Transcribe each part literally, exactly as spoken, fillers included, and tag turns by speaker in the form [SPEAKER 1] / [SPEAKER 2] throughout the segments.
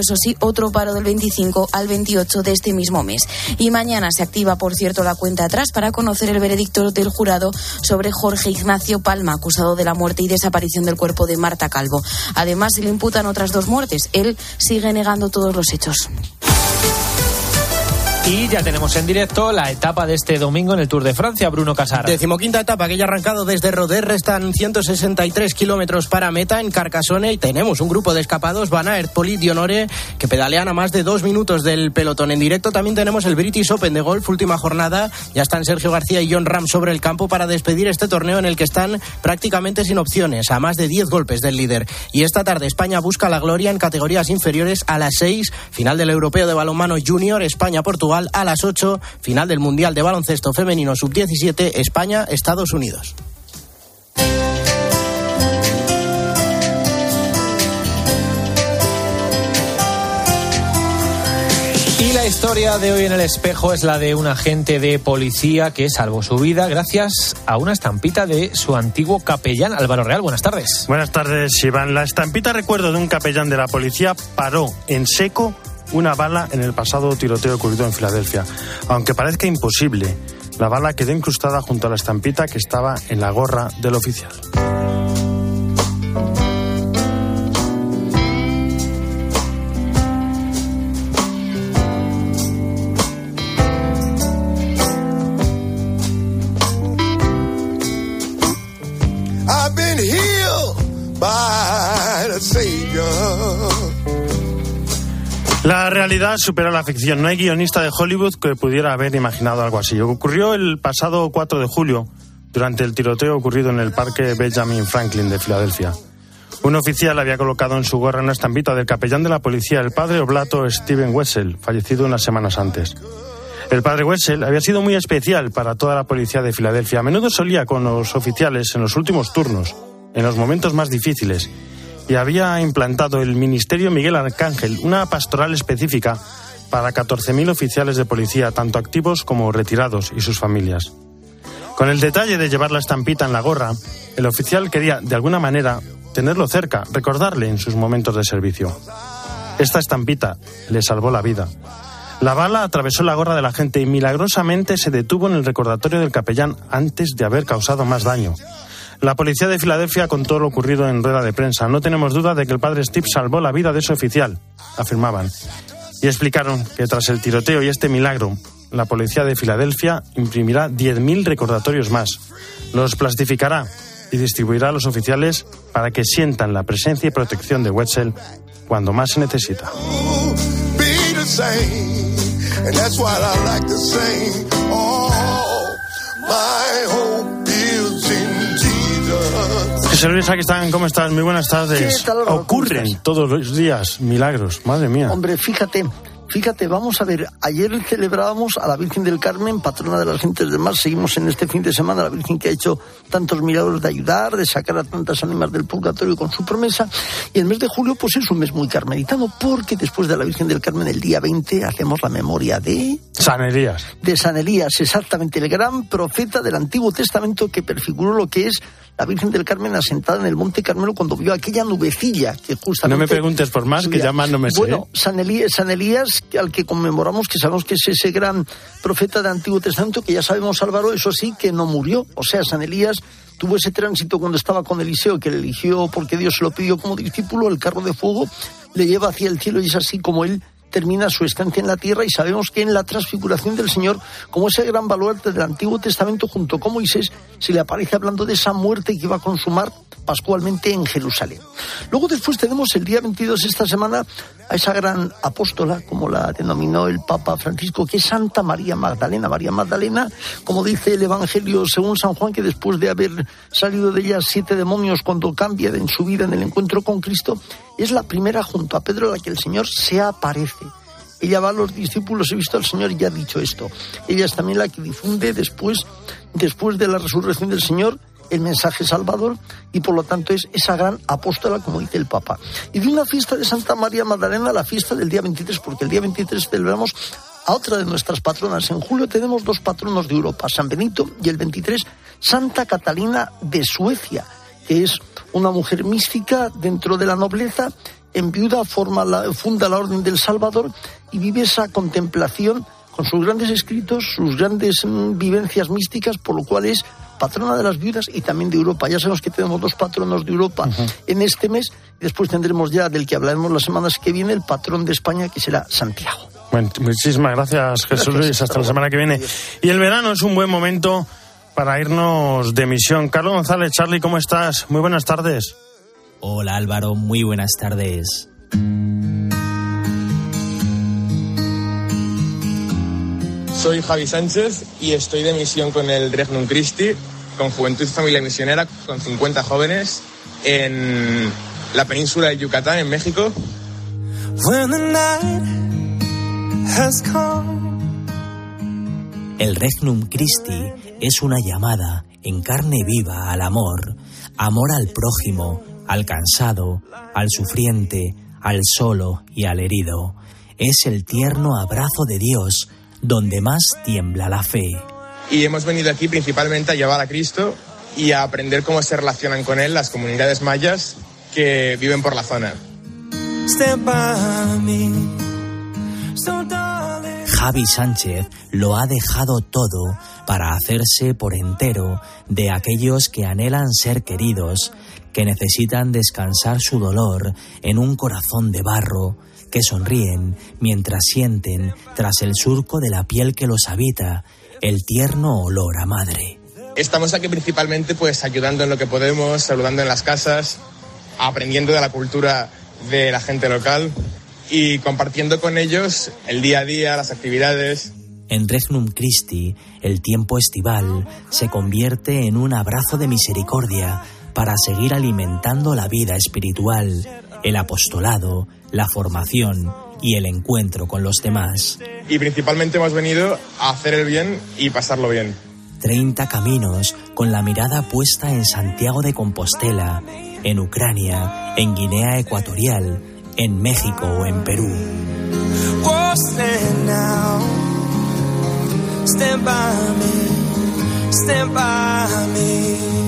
[SPEAKER 1] Eso sí, otro paro del veinticinco al veintiocho de este mismo mes. Y mañana se activa, por cierto, la cuenta atrás para conocer el veredicto del jurado sobre Jorge Ignacio Palma, acusado de la muerte y desaparición del cuerpo de Marta Calvo. Además, se le imputan otras dos muertes. Él sigue negando todos los hechos.
[SPEAKER 2] Y ya tenemos en directo la etapa de este domingo en el Tour de Francia, Bruno Casar.
[SPEAKER 3] Decimoquinta etapa que ya ha arrancado desde Rodez, restan ciento sesenta y tres kilómetros para meta en Carcassonne y tenemos un grupo de escapados, Van Aert, Polit y Honore, que pedalean a más de dos minutos del pelotón. En directo también tenemos el British Open de golf, última jornada, ya están Sergio García y Jon Rahm sobre el campo para despedir este torneo en el que están prácticamente sin opciones, a más de diez golpes del líder. Y esta tarde España busca la gloria en categorías inferiores a las seis, final del Europeo de Balonmano Junior, España-Portugal. A las ocho, final del Mundial de Baloncesto Femenino sub diecisiete, España-Estados Unidos.
[SPEAKER 2] Y la historia de hoy en El Espejo es la de un agente de policía que salvó su vida gracias a una estampita de su antiguo capellán. Álvaro Real, buenas tardes.
[SPEAKER 4] Buenas tardes, Iván. La estampita, recuerdo, de un capellán de la policía paró en seco una bala en el pasado tiroteo ocurrido en Filadelfia. Aunque parezca imposible, la bala quedó incrustada junto a la estampita que estaba en la gorra del oficial.
[SPEAKER 5] I've been healed by the Savior.
[SPEAKER 4] La realidad supera la ficción. No hay guionista de Hollywood que pudiera haber imaginado algo así. Ocurrió el pasado cuatro de julio, durante el tiroteo ocurrido en el Parque Benjamin Franklin de Filadelfia. Un oficial había colocado en su gorra una estampita del capellán de la policía, el padre oblato Steven Wessel, fallecido unas semanas antes. El padre Wessel había sido muy especial para toda la policía de Filadelfia. A menudo solía con los oficiales en los últimos turnos, en los momentos más difíciles, y había implantado el Ministerio Miguel Arcángel, una pastoral específica para catorce mil oficiales de policía, tanto activos como retirados, y sus familias. Con el detalle de llevar la estampita en la gorra, el oficial quería, de alguna manera, tenerlo cerca, recordarle en sus momentos de servicio. Esta estampita le salvó la vida. La bala atravesó la gorra del agente y milagrosamente se detuvo en el recordatorio del capellán antes de haber causado más daño. La policía de Filadelfia contó lo ocurrido en rueda de prensa. No tenemos duda de que el padre Steve salvó la vida de ese oficial, afirmaban. Y explicaron que tras el tiroteo y este milagro, la policía de Filadelfia imprimirá diez mil recordatorios más. Los plastificará y distribuirá a los oficiales para que sientan la presencia y protección de Wessel cuando más se necesita. José Luis, aquí están, ¿cómo estás? Muy buenas tardes.
[SPEAKER 6] ¿Qué tal, Álvaro?
[SPEAKER 4] Ocurren todos los días milagros, madre mía.
[SPEAKER 6] Hombre, fíjate, fíjate, vamos a ver, ayer celebrábamos a la Virgen del Carmen, patrona de las gentes del mar. Seguimos en este fin de semana, la Virgen que ha hecho tantos milagros de ayudar, de sacar a tantas ánimas del purgatorio con su promesa. Y el mes de julio, pues es un mes muy carmelitano, porque después de la Virgen del Carmen, el día veinte, hacemos la memoria de...
[SPEAKER 4] San Elías.
[SPEAKER 6] De San Elías, exactamente, el gran profeta del Antiguo Testamento que prefiguró lo que es la Virgen del Carmen asentada en el Monte Carmelo cuando vio aquella nubecilla que justamente...
[SPEAKER 4] No me preguntes por más, subía. Que ya más no me sé.
[SPEAKER 6] Bueno, San Elías, San Elías, al que conmemoramos, que sabemos que es ese gran profeta del Antiguo Testamento, que ya sabemos, Álvaro, eso sí, que no murió. O sea, San Elías tuvo ese tránsito cuando estaba con Eliseo, que le eligió porque Dios se lo pidió como discípulo, el carro de fuego le lleva hacia el cielo y es así como él termina su estancia en la tierra, y sabemos que en la transfiguración del Señor, como ese gran baluarte del Antiguo Testamento, junto con Moisés, se le aparece hablando de esa muerte que iba a consumar pascualmente en Jerusalén. Luego después tenemos el día veintidós esta semana a esa gran apóstola, como la denominó el Papa Francisco, que es Santa María Magdalena. María Magdalena, como dice el Evangelio según San Juan, que después de haber salido de ella siete demonios, cuando cambia en su vida en el encuentro con Cristo, es la primera junto a Pedro a la que el Señor se aparece. Ella va a los discípulos, he visto al Señor y ya ha dicho esto. Ella es también la que difunde después, después de la resurrección del Señor, el mensaje salvador, y por lo tanto es esa gran apóstola, como dice el Papa. Y de una fiesta de Santa María Magdalena, la fiesta del día veintitrés, porque el día veintitrés celebramos a otra de nuestras patronas. En julio tenemos dos patronos de Europa, San Benito, y el veintitrés, Santa Catalina de Suecia, que es una mujer mística dentro de la nobleza, enviuda, forma la, funda la Orden del Salvador y vive esa contemplación con sus grandes escritos, sus grandes mm, vivencias místicas, por lo cual es patrona de las viudas y también de Europa. Ya sabemos que tenemos dos patronos de Europa uh-huh. en este mes, y después tendremos ya, del que hablaremos las semanas que viene, el patrón de España, que será Santiago.
[SPEAKER 4] Bueno, muchísimas gracias, Jesús gracias. Luis. Hasta la semana que viene. Y el verano es un buen momento para irnos de misión. Carlos González, Charlie, ¿cómo estás? Muy buenas tardes.
[SPEAKER 7] Hola, Álvaro, muy buenas tardes.
[SPEAKER 8] Soy Javi Sánchez y estoy de misión con el Regnum Christi, con Juventud y Familia Misionera, con cincuenta jóvenes en la península de Yucatán, en México.
[SPEAKER 7] El Regnum Christi es una llamada en carne viva al amor, amor al prójimo, al cansado, al sufriente, al solo y al herido. Es el tierno abrazo de Dios donde más tiembla la fe.
[SPEAKER 8] Y hemos venido aquí principalmente a llevar a Cristo y a aprender cómo se relacionan con Él las comunidades mayas que viven por la zona.
[SPEAKER 7] Javi Sánchez lo ha dejado todo para hacerse por entero de aquellos que anhelan ser queridos, que necesitan descansar su dolor en un corazón de barro, que sonríen mientras sienten, tras el surco de la piel que los habita, el tierno olor a madre.
[SPEAKER 8] Estamos aquí principalmente pues ayudando en lo que podemos, saludando en las casas, aprendiendo de la cultura de la gente local y compartiendo con ellos el día a día, las actividades.
[SPEAKER 7] En Regnum Christi, el tiempo estival se convierte en un abrazo de misericordia para seguir alimentando la vida espiritual, el apostolado, la formación y el encuentro con los demás.
[SPEAKER 8] Y principalmente hemos venido a hacer el bien y pasarlo bien.
[SPEAKER 7] Treinta caminos con la mirada puesta en Santiago de Compostela, en Ucrania, en Guinea Ecuatorial, en México o en Perú. Stand by me, stand by me.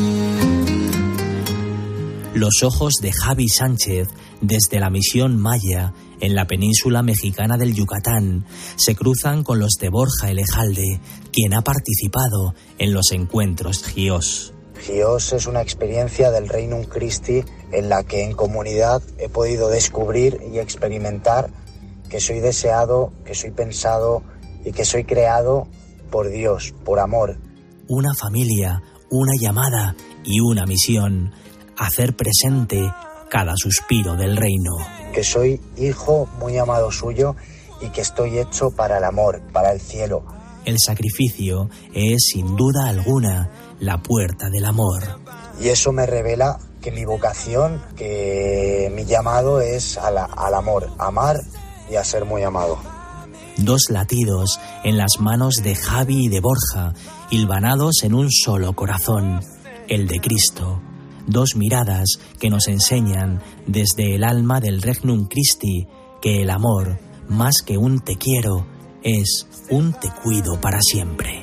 [SPEAKER 7] Los ojos de Javi Sánchez, desde la misión maya en la península mexicana del Yucatán, se cruzan con los de Borja Elejalde, quien ha participado en los encuentros Gios.
[SPEAKER 9] Gios es una experiencia del Regnum Christi en la que en comunidad he podido descubrir y experimentar que soy deseado, que soy pensado y que soy creado por Dios, por amor.
[SPEAKER 7] Una familia, una llamada y una misión. Hacer presente cada suspiro del reino.
[SPEAKER 9] Que soy hijo muy amado suyo y que estoy hecho para el amor, para el cielo.
[SPEAKER 7] El sacrificio es, sin duda alguna, la puerta del amor.
[SPEAKER 9] Y eso me revela que mi vocación, que mi llamado es a la, al amor, amar y a ser muy amado.
[SPEAKER 7] Dos latidos en las manos de Javi y de Borja, hilvanados en un solo corazón, el de Cristo. Dos miradas que nos enseñan desde el alma del Regnum Christi que el amor, más que un te quiero, es un te cuido para siempre.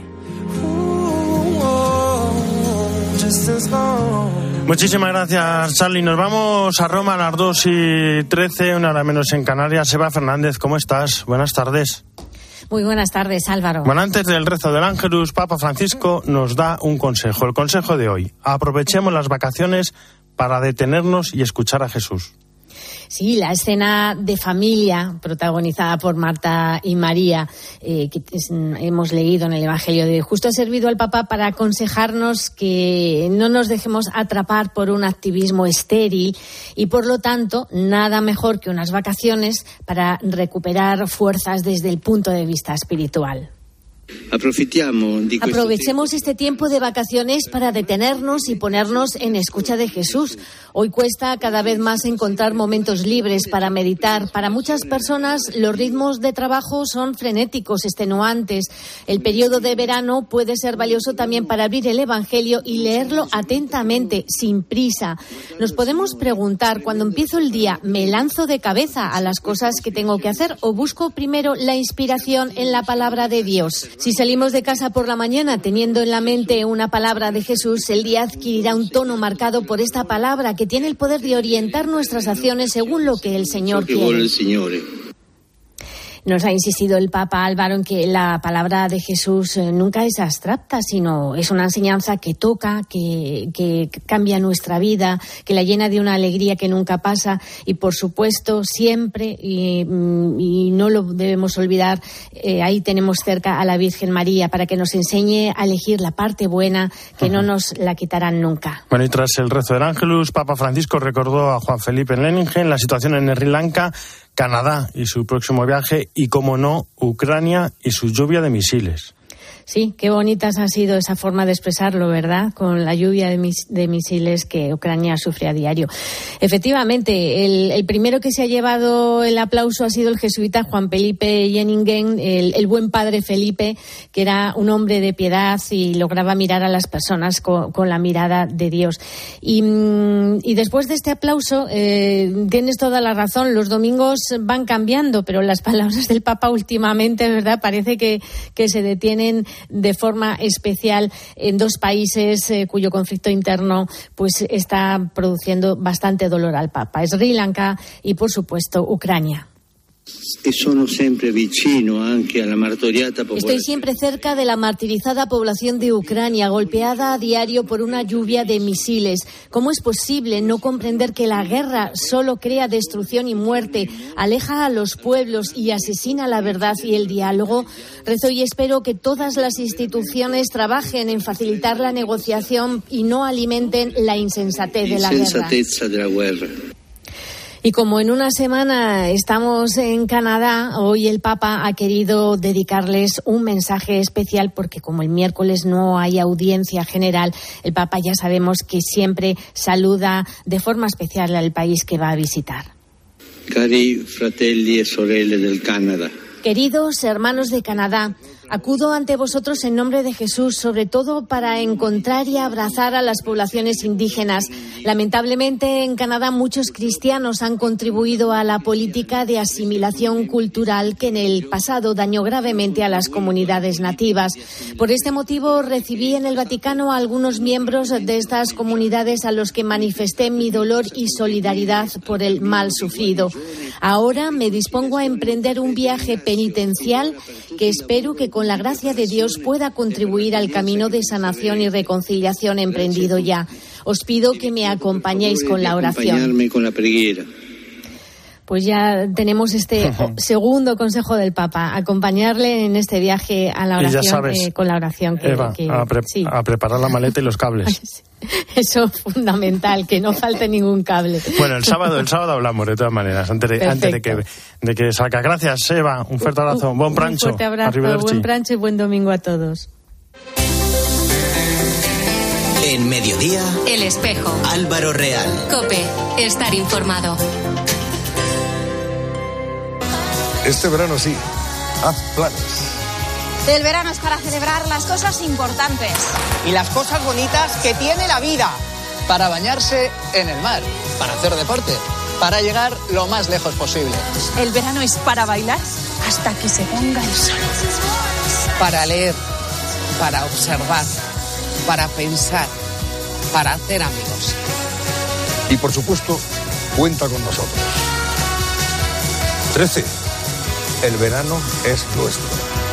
[SPEAKER 4] Muchísimas gracias, Charlie. Nos vamos a Roma a las dos y trece, una hora menos en Canarias. Eva Fernández, ¿cómo estás? Buenas tardes.
[SPEAKER 10] Muy buenas tardes, Álvaro.
[SPEAKER 4] Bueno, antes del rezo del Ángelus, Papa Francisco nos da un consejo. El consejo de hoy: aprovechemos las vacaciones para detenernos y escuchar a Jesús.
[SPEAKER 10] Sí, la escena de familia protagonizada por Marta y María eh, que es, hemos leído en el Evangelio de hoy, justo ha servido al Papa para aconsejarnos que no nos dejemos atrapar por un activismo estéril y, por lo tanto, nada mejor que unas vacaciones para recuperar fuerzas desde el punto de vista espiritual. Aprovechemos este tiempo de vacaciones para detenernos y ponernos en escucha de Jesús. Hoy cuesta cada vez más encontrar momentos libres para meditar. Para muchas personas los ritmos de trabajo son frenéticos, extenuantes. El periodo de verano puede ser valioso también para abrir el Evangelio y leerlo atentamente, sin prisa. Nos podemos preguntar, cuando empiezo el día, ¿me lanzo de cabeza a las cosas que tengo que hacer o busco primero la inspiración en la palabra de Dios? Si salimos de casa por la mañana teniendo en la mente una palabra de Jesús, el día adquirirá un tono marcado por esta palabra que tiene el poder de orientar nuestras acciones según lo que el Señor quiere. Nos ha insistido el Papa Álvaro en que la palabra de Jesús nunca es abstracta, sino es una enseñanza que toca, que, que cambia nuestra vida, que la llena de una alegría que nunca pasa y, por supuesto, siempre, y, y no lo debemos olvidar, eh, ahí tenemos cerca a la Virgen María para que nos enseñe a elegir la parte buena, que no nos la quitarán nunca.
[SPEAKER 4] Bueno, y tras el rezo del Ángelus, Papa Francisco recordó a Juan Felipe en Leningen la situación en Sri Lanka, Canadá y su próximo viaje y, como no, Ucrania y su lluvia de misiles.
[SPEAKER 10] Sí, qué bonitas ha sido esa forma de expresarlo, ¿verdad? Con la lluvia de, mis, de misiles que Ucrania sufre a diario. Efectivamente, el, el primero que se ha llevado el aplauso ha sido el jesuita Juan Felipe Leningen, el, el buen padre Felipe, que era un hombre de piedad y lograba mirar a las personas con, con la mirada de Dios. Y, y después de este aplauso, eh, tienes toda la razón, los domingos van cambiando, pero las palabras del Papa últimamente, ¿verdad? Parece que, que se detienen de forma especial en dos países eh, cuyo conflicto interno pues está produciendo bastante dolor al Papa: Sri Lanka y, por supuesto, Ucrania.
[SPEAKER 11] Estoy
[SPEAKER 10] siempre cerca de la martirizada población de Ucrania, golpeada a diario por una lluvia de misiles. ¿Cómo es posible no comprender que la guerra solo crea destrucción y muerte, aleja a los pueblos y asesina la verdad y el diálogo? Rezo y espero que todas las instituciones trabajen en facilitar la negociación y no alimenten la insensatez de la guerra. Y como en una semana estamos en Canadá, hoy el Papa ha querido dedicarles un mensaje especial porque, como el miércoles no hay audiencia general, el Papa ya sabemos que siempre saluda de forma especial al país que va a visitar.
[SPEAKER 11] Cari fratelli e sorelle del Canadá.
[SPEAKER 10] Queridos hermanos de Canadá, acudo ante vosotros en nombre de Jesús, sobre todo para encontrar y abrazar a las poblaciones indígenas. Lamentablemente, en Canadá muchos cristianos han contribuido a la política de asimilación cultural que en el pasado dañó gravemente a las comunidades nativas. Por este motivo, recibí en el Vaticano a algunos miembros de estas comunidades a los que manifesté mi dolor y solidaridad por el mal sufrido. Ahora me dispongo a emprender un viaje penitencial que espero que con la gracia de Dios pueda contribuir al camino de sanación y reconciliación emprendido ya. Os pido que me acompañéis con la oración.
[SPEAKER 11] Con la preguera.
[SPEAKER 10] Pues ya tenemos este segundo consejo del Papa, acompañarle en este viaje a la oración,
[SPEAKER 4] y ya sabes,
[SPEAKER 10] eh, con la oración que,
[SPEAKER 4] Eva,
[SPEAKER 10] que
[SPEAKER 4] a, pre-
[SPEAKER 10] sí.
[SPEAKER 4] a preparar la maleta y los cables.
[SPEAKER 10] Eso es fundamental, que no falte ningún cable.
[SPEAKER 4] Bueno, el sábado, el sábado hablamos de todas maneras, antes de, antes de que de que salga. Gracias, Eva, un fuerte abrazo, buen prancho.
[SPEAKER 10] Un fuerte abrazo, buen prancho y buen domingo a todos.
[SPEAKER 12] En Mediodía,
[SPEAKER 13] El Espejo,
[SPEAKER 12] Álvaro Real.
[SPEAKER 13] COPE, estar informado.
[SPEAKER 14] Este verano sí, haz planes.
[SPEAKER 15] El verano es para celebrar las cosas importantes.
[SPEAKER 16] Y las cosas bonitas que tiene la vida. Para bañarse en el mar, para hacer deporte, para llegar lo más lejos posible.
[SPEAKER 15] El verano es para bailar hasta que se ponga el sol.
[SPEAKER 17] Para leer, para observar, para pensar, para hacer amigos.
[SPEAKER 14] Y por supuesto, cuenta con nosotros. trece. El verano es nuestro.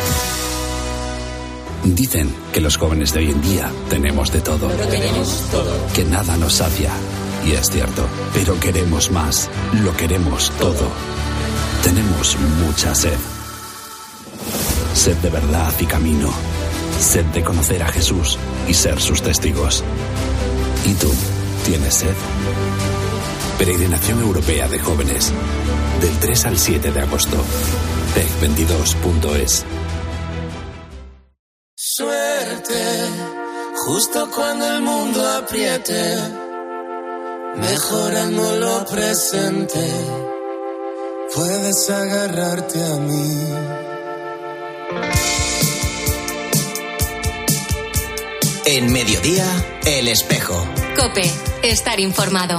[SPEAKER 18] Dicen que los jóvenes de hoy en día tenemos de todo.
[SPEAKER 19] Pero tenemos todo.
[SPEAKER 18] Que nada nos sacia. Y es cierto, pero queremos más. Lo queremos todo. Tenemos mucha sed. Sed de verdad y camino. Sed de conocer a Jesús y ser sus testigos. ¿Y tú? ¿Tienes sed? Peregrinación Europea de Jóvenes. Del tres al siete de agosto. P E C veintidós punto es.
[SPEAKER 20] Suerte, justo cuando el mundo apriete, mejorando lo presente, puedes agarrarte a mí.
[SPEAKER 12] En Mediodía, El Espejo.
[SPEAKER 13] COPE, estar informado.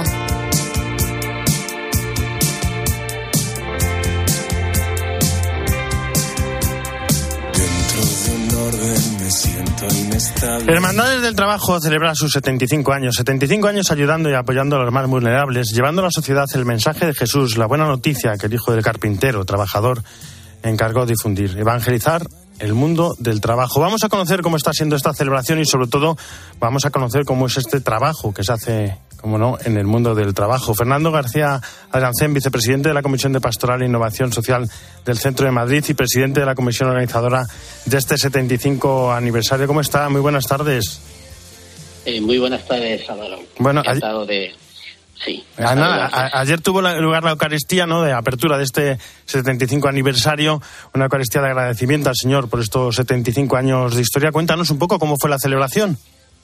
[SPEAKER 20] Dentro de está bien.
[SPEAKER 4] Hermandades del Trabajo celebra sus setenta y cinco años. setenta y cinco años ayudando y apoyando a los más vulnerables, llevando a la sociedad el mensaje de Jesús, la buena noticia que el hijo del carpintero, trabajador, encargó difundir, evangelizar el mundo del trabajo. Vamos a conocer cómo está siendo esta celebración y sobre todo vamos a conocer cómo es este trabajo que se hace, como no, en el mundo del trabajo. Fernando García Algancén, vicepresidente de la Comisión de Pastoral e Innovación Social del Centro de Madrid y presidente de la comisión organizadora de este setenta y cinco aniversario. ¿Cómo está? Muy buenas tardes.
[SPEAKER 19] Eh, muy buenas tardes, Álvaro.
[SPEAKER 4] Bueno,
[SPEAKER 19] encantado de... Sí.
[SPEAKER 4] A, nada, a, ayer tuvo la, lugar la Eucaristía, ¿no?, de apertura de este setenta y cinco aniversario, una Eucaristía de agradecimiento al Señor por estos setenta y cinco años de historia. Cuéntanos un poco cómo fue la celebración.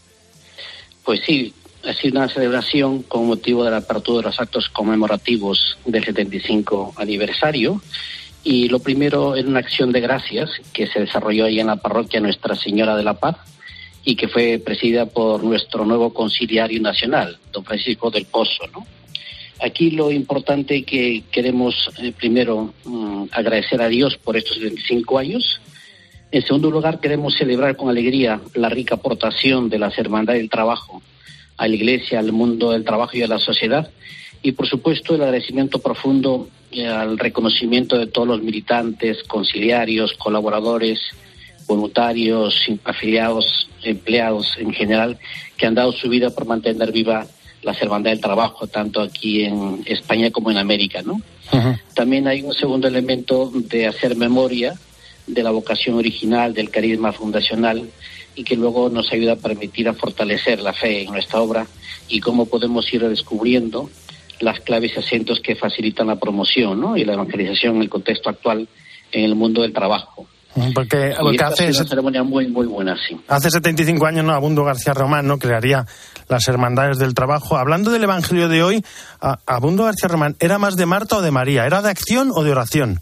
[SPEAKER 19] Pues sí, ha sido una celebración con motivo de la apertura de los actos conmemorativos del setenta y cinco aniversario. Y lo primero era una acción de gracias que se desarrolló ahí en la parroquia Nuestra Señora de la Paz, y que fue presidida por nuestro nuevo conciliario nacional, don Francisco del Pozo, ¿no? Aquí lo importante que queremos, eh, primero, um, agradecer a Dios por estos setenta y cinco años. En segundo lugar, queremos celebrar con alegría la rica aportación de las hermandades del trabajo a la Iglesia, al mundo del trabajo y a la sociedad. Y, por supuesto, el agradecimiento profundo eh, al reconocimiento de todos los militantes, conciliarios, colaboradores, voluntarios, afiliados, empleados en general, que han dado su vida por mantener viva la hermandad del trabajo, tanto aquí en España como en América, ¿no? Uh-huh. También hay un segundo elemento de hacer memoria de la vocación original, del carisma fundacional, y que luego nos ayuda a permitir a fortalecer la fe en nuestra obra y cómo podemos ir descubriendo las claves y acentos que facilitan la promoción, ¿no?, y la evangelización en el contexto actual en el mundo del trabajo.
[SPEAKER 4] Porque, porque hace,
[SPEAKER 19] es una ceremonia muy, muy buena, sí.
[SPEAKER 4] Hace setenta y cinco años, ¿no?, Abundo García Román, ¿no?, crearía las Hermandades del Trabajo. Hablando del Evangelio de hoy, Abundo García Román, ¿era más de Marta o de María? ¿Era de acción o de oración?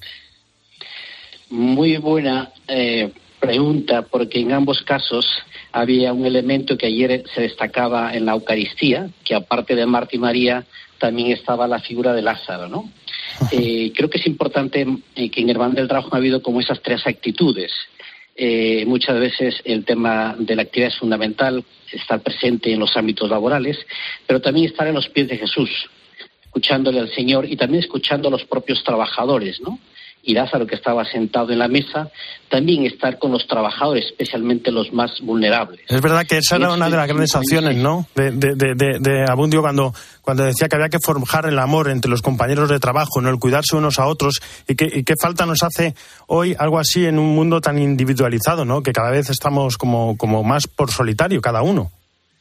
[SPEAKER 19] Muy buena eh, pregunta, porque en ambos casos había un elemento que ayer se destacaba en la Eucaristía, que aparte de Marta y María también estaba la figura de Lázaro, ¿no? Eh, creo que es importante eh, que en Hermandad del Trabajo ha habido como esas tres actitudes. Eh, muchas veces el tema de la actividad es fundamental, estar presente en los ámbitos laborales, pero también estar en los pies de Jesús, escuchándole al Señor y también escuchando a los propios trabajadores, ¿no? Y Lázaro, que estaba sentado en la mesa, también estar con los trabajadores, especialmente los más vulnerables.
[SPEAKER 4] Es verdad que esa era una de las grandes acciones, ¿no?, de, de, de, de, de Abundio cuando, cuando decía que había que forjar el amor entre los compañeros de trabajo, ¿no?, el cuidarse unos a otros, y que y qué falta nos hace hoy algo así en un mundo tan individualizado, ¿no?, que cada vez estamos como, como más por solitario, cada uno.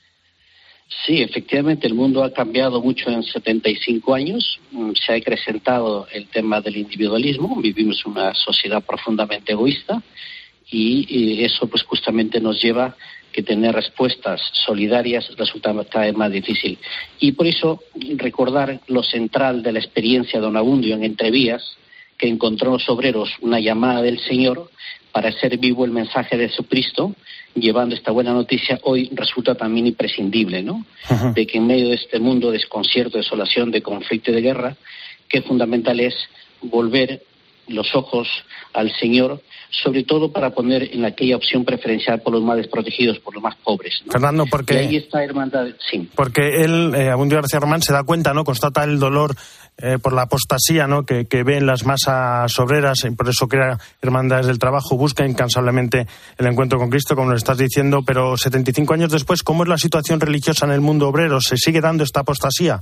[SPEAKER 19] Sí, efectivamente, el mundo ha cambiado mucho en setenta y cinco años. Se ha acrecentado el tema del individualismo. Vivimos una sociedad profundamente egoísta y, y eso pues justamente nos lleva que tener respuestas solidarias resulta cada vez más difícil. Y por eso recordar lo central de la experiencia de don Abundio en Entrevías, que encontró en los obreros una llamada del Señor para hacer vivo el mensaje de Jesucristo, llevando esta buena noticia, hoy resulta también imprescindible, ¿no? Uh-huh. De que en medio de este mundo de desconcierto, desolación, de conflicto y de guerra, qué fundamental es volver los ojos al Señor, sobre todo para poner en aquella opción preferencial por los más desprotegidos, por los más pobres, ¿no?
[SPEAKER 4] Fernando, porque...
[SPEAKER 19] Y ahí está hermandad, sí.
[SPEAKER 4] Porque él, eh, Abundio García Román, se da cuenta, ¿no?, constata el dolor eh, por la apostasía, ¿no?, que, que ve en las masas obreras, y por eso crea Hermandades del Trabajo, busca incansablemente el encuentro con Cristo, como lo estás diciendo, pero setenta y cinco años después, ¿cómo es la situación religiosa en el mundo obrero? ¿Se sigue dando esta apostasía?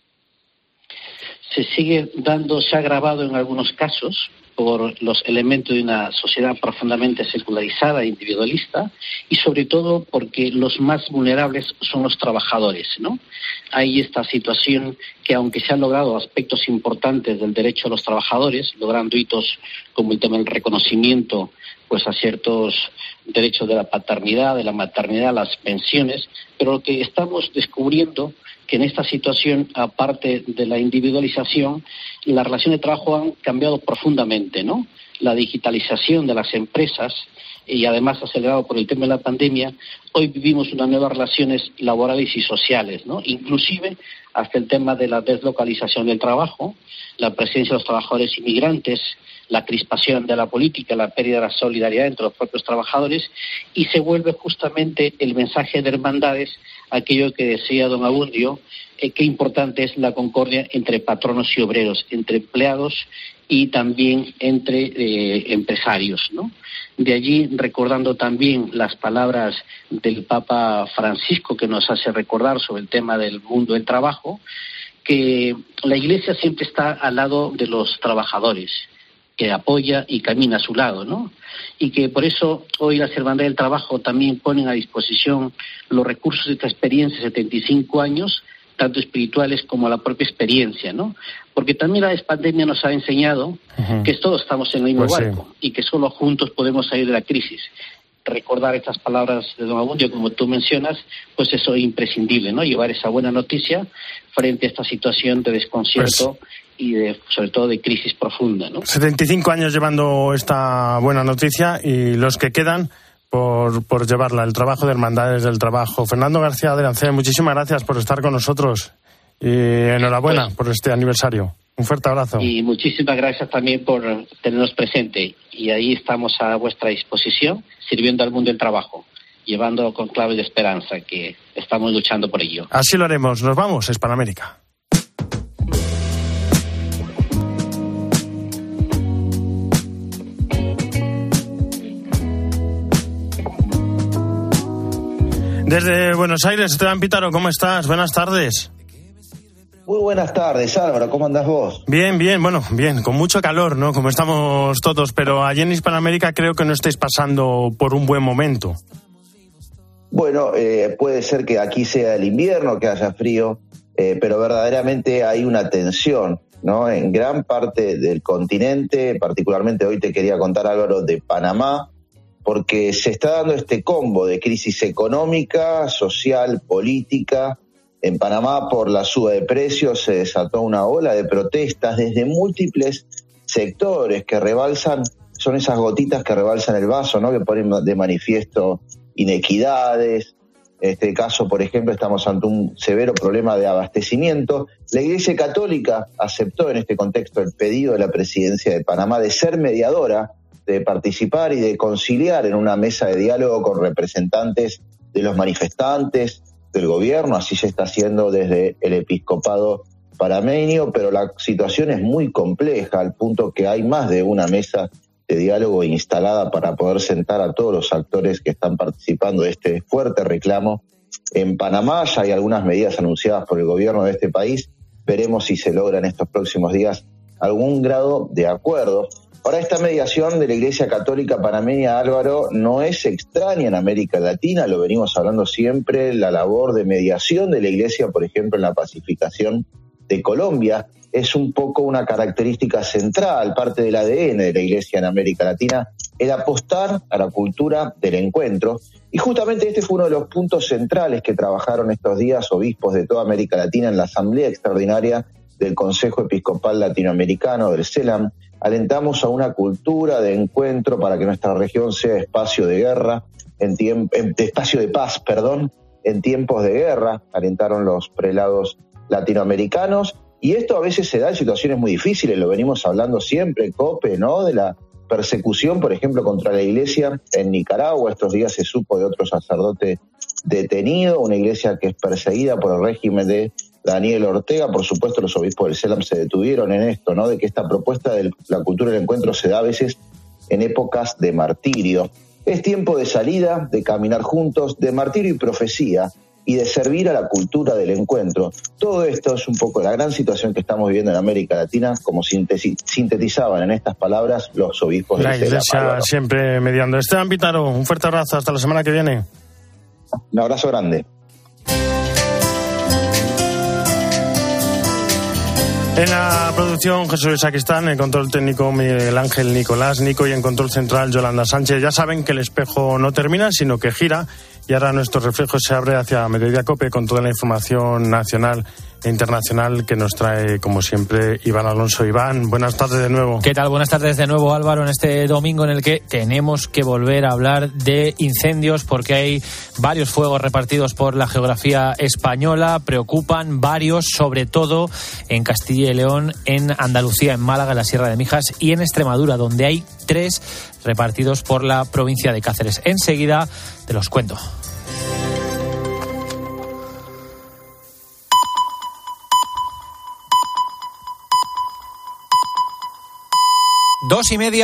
[SPEAKER 19] Se sigue dando, se ha agravado en algunos casos por los elementos de una sociedad profundamente secularizada e individualista, y sobre todo porque los más vulnerables son los trabajadores, ¿no? Hay esta situación que, aunque se han logrado aspectos importantes del derecho a los trabajadores, logrando hitos como el tema del reconocimiento pues a ciertos derechos de la paternidad, de la maternidad, las pensiones, pero lo que estamos descubriendo que en esta situación, aparte de la individualización, las relaciones de trabajo han cambiado profundamente, ¿no? La digitalización de las empresas, y además acelerado por el tema de la pandemia, hoy vivimos unas nuevas relaciones laborales y sociales, ¿no? Inclusive hasta el tema de la deslocalización del trabajo, la presencia de los trabajadores inmigrantes, la crispación de la política, la pérdida de la solidaridad entre los propios trabajadores, y se vuelve justamente el mensaje de hermandades, aquello que decía don Abundio, eh, qué importante es la concordia entre patronos y obreros, entre empleados y también entre eh, empresarios, ¿no? De allí, recordando también las palabras del Papa Francisco, que nos hace recordar sobre el tema del mundo del trabajo, que la Iglesia siempre está al lado de los trabajadores, que apoya y camina a su lado, ¿no? Y que por eso hoy las Hermandades del Trabajo también ponen a disposición los recursos de esta experiencia de setenta y cinco años, tanto espirituales como la propia experiencia, ¿no? Porque también la pandemia nos ha enseñado uh-huh. que todos estamos en el mismo pues barco sí. y que solo juntos podemos salir de la crisis. Recordar estas palabras de don Abundio, como tú mencionas, pues eso es imprescindible, ¿no? Llevar esa buena noticia frente a esta situación de desconcierto pues, y de, sobre todo de crisis profunda, ¿no?
[SPEAKER 4] setenta y cinco años llevando esta buena noticia y los que quedan por, por llevarla, el trabajo de Hermandades del Trabajo. Fernando García de Lancet, muchísimas gracias por estar con nosotros y enhorabuena pues, por este aniversario. Un fuerte abrazo.
[SPEAKER 19] Y muchísimas gracias también por tenernos presente. Y ahí estamos a vuestra disposición, sirviendo al mundo del trabajo, llevando con clave de esperanza, que estamos luchando por ello.
[SPEAKER 4] Así lo haremos. Nos vamos, Hispanoamérica. Desde Buenos Aires, Esteban Pítaro, ¿cómo estás? Buenas tardes.
[SPEAKER 21] Muy buenas tardes, Álvaro, ¿cómo andás vos?
[SPEAKER 4] Bien, bien, bueno, bien, con mucho calor, ¿no? Como estamos todos, pero allí en Hispanoamérica creo que no estáis pasando por un buen momento.
[SPEAKER 21] Bueno, eh, puede ser que aquí sea el invierno, que haya frío, eh, pero verdaderamente hay una tensión, ¿no? En gran parte del continente, particularmente hoy te quería contar, Álvaro, de Panamá, porque se está dando este combo de crisis económica, social, política. En Panamá, por la suba de precios, se desató una ola de protestas desde múltiples sectores que rebalsan, son esas gotitas que rebalsan el vaso, ¿no? Que ponen de manifiesto inequidades. En este caso, por ejemplo, estamos ante un severo problema de abastecimiento. La Iglesia Católica aceptó en este contexto el pedido de la Presidencia de Panamá de ser mediadora, de participar y de conciliar en una mesa de diálogo con representantes de los manifestantes, del gobierno. Así se está haciendo desde el episcopado panameño, pero la situación es muy compleja, al punto que hay más de una mesa de diálogo instalada para poder sentar a todos los actores que están participando de este fuerte reclamo. En Panamá ya hay algunas medidas anunciadas por el gobierno de este país. Veremos si se logra en estos próximos días algún grado de acuerdo. Ahora, esta mediación de la Iglesia Católica panameña, Álvaro, no es extraña en América Latina, lo venimos hablando siempre. La labor de mediación de la Iglesia, por ejemplo, en la pacificación de Colombia, es un poco una característica central, parte del A D N de la Iglesia en América Latina, el apostar a la cultura del encuentro. Y justamente este fue uno de los puntos centrales que trabajaron estos días obispos de toda América Latina en la Asamblea Extraordinaria del Consejo Episcopal Latinoamericano, del CELAM. Alentamos a una cultura de encuentro para que nuestra región sea espacio de guerra, en tiemp- en, espacio de paz, perdón, en tiempos de guerra, alentaron los prelados latinoamericanos. Y esto a veces se da en situaciones muy difíciles, lo venimos hablando siempre, COPE, ¿no? De la persecución, por ejemplo, contra la iglesia en Nicaragua. Estos días se supo de otro sacerdote detenido, una iglesia que es perseguida por el régimen de Daniel Ortega. Por supuesto, los obispos del CELAM se detuvieron en esto, ¿no? De que esta propuesta de la cultura del encuentro se da a veces en épocas de martirio. Es tiempo de salida, de caminar juntos, de martirio y profecía, y de servir a la cultura del encuentro. Todo esto es un poco la gran situación que estamos viviendo en América Latina, como sintesi- sintetizaban en estas palabras los obispos del CELAM.
[SPEAKER 4] La Iglesia siempre mediando. Esteban Pítaro, un fuerte abrazo, hasta la semana que viene.
[SPEAKER 21] Un abrazo grande.
[SPEAKER 4] En la producción, Jesús Sacristán, en control técnico Miguel Ángel Nicolás Nico y en control central Yolanda Sánchez. Ya saben que el espejo no termina, sino que gira Y ahora nuestro reflejo se abre hacia Mediodía COPE con toda la información nacional e internacional que nos trae, como siempre, Iván Alonso. Iván, buenas tardes de nuevo.
[SPEAKER 2] ¿Qué tal? Buenas tardes de nuevo, Álvaro, en este domingo en el que tenemos que volver a hablar de incendios porque hay varios fuegos repartidos por la geografía española. Preocupan varios, sobre todo en Castilla y León, en Andalucía, en Málaga, en la Sierra de Mijas y en Extremadura, donde hay tres repartidos por la provincia de Cáceres. Enseguida te los cuento. Dos y media.